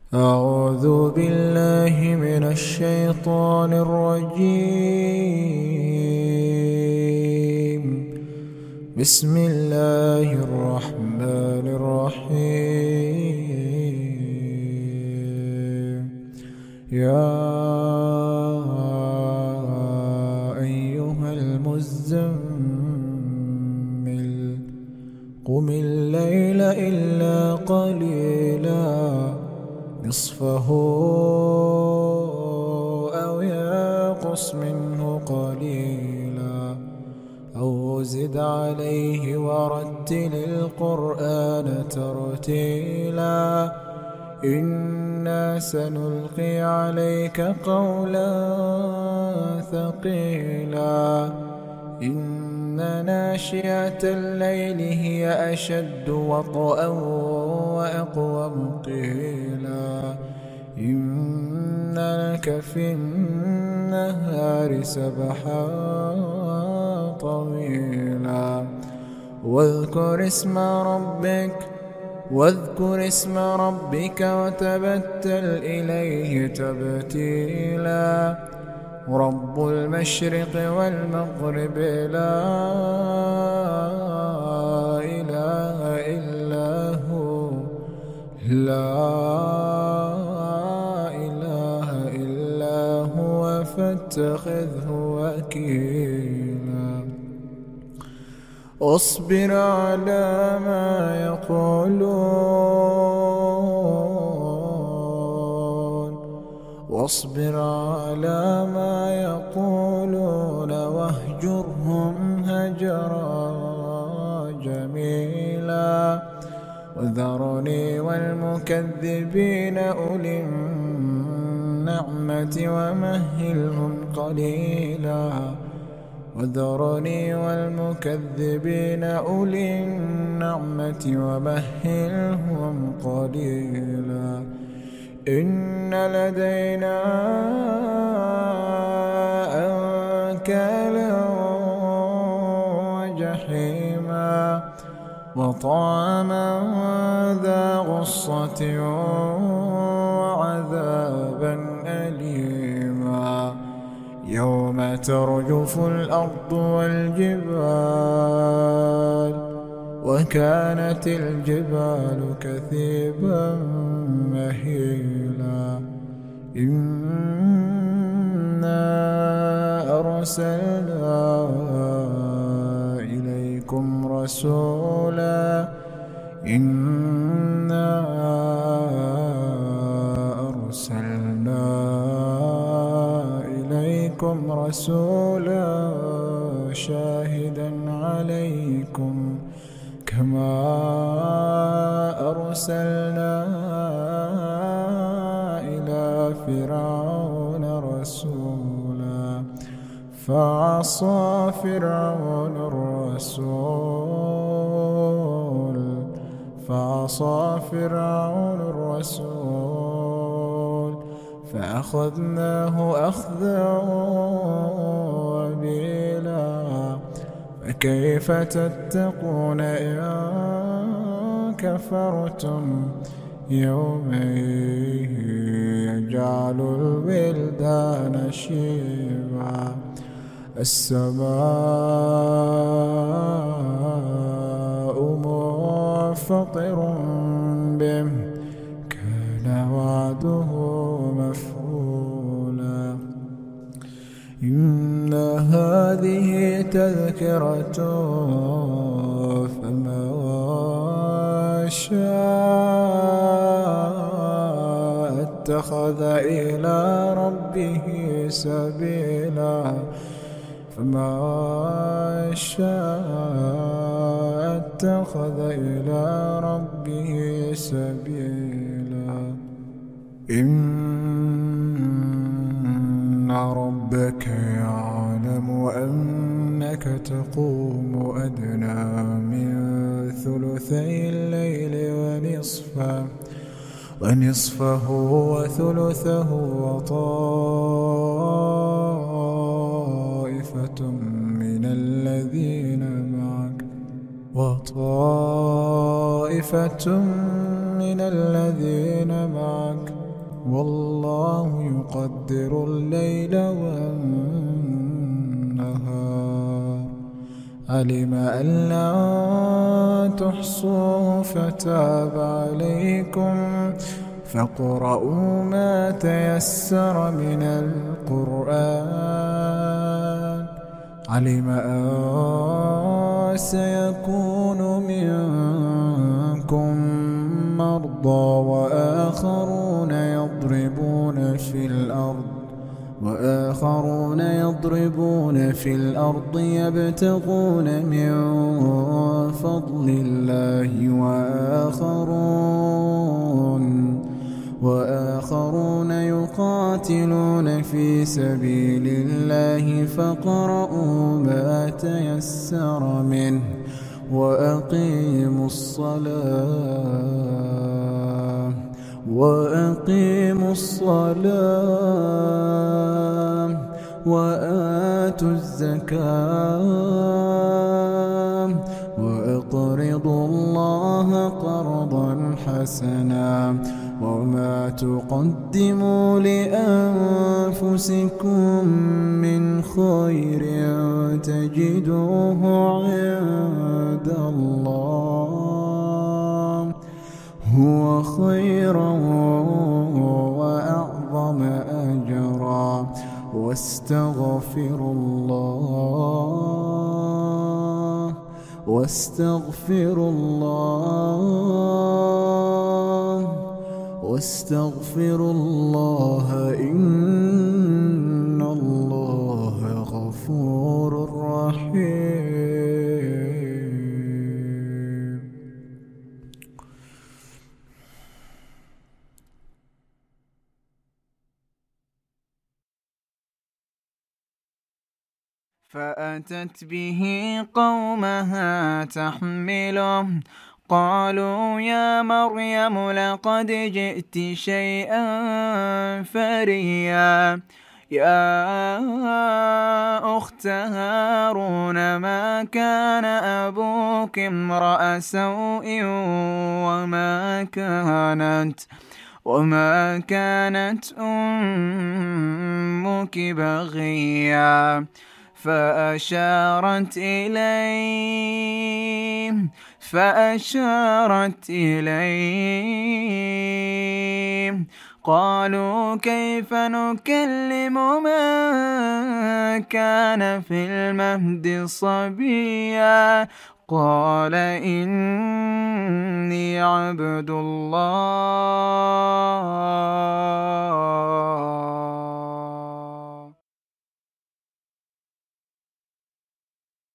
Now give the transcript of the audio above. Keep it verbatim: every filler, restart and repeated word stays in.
أعوذ بالله من الشيطان الرجيم. بسم الله الرحمن الرحيم. يا أيها المزمل قم الليل إلا قليلا نصفه أو ينقص منه قليلا أو زد عليه ورتل القرآن ترتيلا إنا سنلقي عليك قولا ثقيلا إن ناشئة الليل هي أشد وطئا وأقوم قيلا إن لك في النهار سبحا طويلا واذكر اسم ربك واذكر اسم ربك وتبتل إليه تبتيلا رب المشرق والمغرب لا إله إلا هو لا إله إلا هو فاتخذه وكيلا اصبر على ما يقولون واصبر على ما يقولون واهجرهم هجرا جميلا وذرني والمكذبين أولي النعمة ومهلهم قليلا وذرني والمكذبين أولي النعمة ومهلهم قليلا إن لدينا أنكالا وجحيما وطعاما ذا غصة وعذابا أليما يوم ترجف الأرض والجبال وكانت الجبال كثيبا مهيلا إنا أرسلنا إليكم رسولا إنا أرسلنا إليكم رسولا شاهدا عليكم كما أرسلنا إلى فرعون رسولا فعصى فرعون الرسول فعصى فرعون الرسول فأخذناه أخذا وبيلا فكيف تتقون إن كفرتم يوما يجعل الولدان شيبا السماء منفطر به كان وعده مفعولا إن هذه تذكرة فمن شاء اتخذ إلى ربه سبيلا فمن شاء اتخذ إلى ربه سبيلا إن ربك يعلم أنك تقوم أدنى من ثلثي الليل ونصفه ونصفه وثلثه وطائفة من الذين معك وطائفة من الذين معك والله يقدر الليل والنهار. علم أن لا تحصوا فتاب عليكم فاقرؤوا ما تيسر من القرآن. علم أن سيكون منكم مرضى وآخرون يضربون في الأرض وآخرون يضربون في الأرض يبتغون من فضل الله وآخرون وآخرون يقاتلون في سبيل الله فاقرؤوا ما تيسر منه وأقيموا الصلاة وأقيموا الصلاة وآتوا الزكاة وأقرضوا الله قرضا حسنا وما تقدموا لأنفسكم من خير تجدوه عند الله هو خيرا وأعظم أجرا واستغفروا الله واستغفروا الله واستغفروا الله إن الله غفور رحيم. فأتت به قومها تحمله قالوا يا مريم لقد جئت شيئا فريا يا أخت هارون ما كان أبوك امرأ سوء وما كانت وما كانت أمك بغيا فأشارت إليه فأشارت إليه قالوا كيف نكلم من كان في المهد صبيا قال إني عبد الله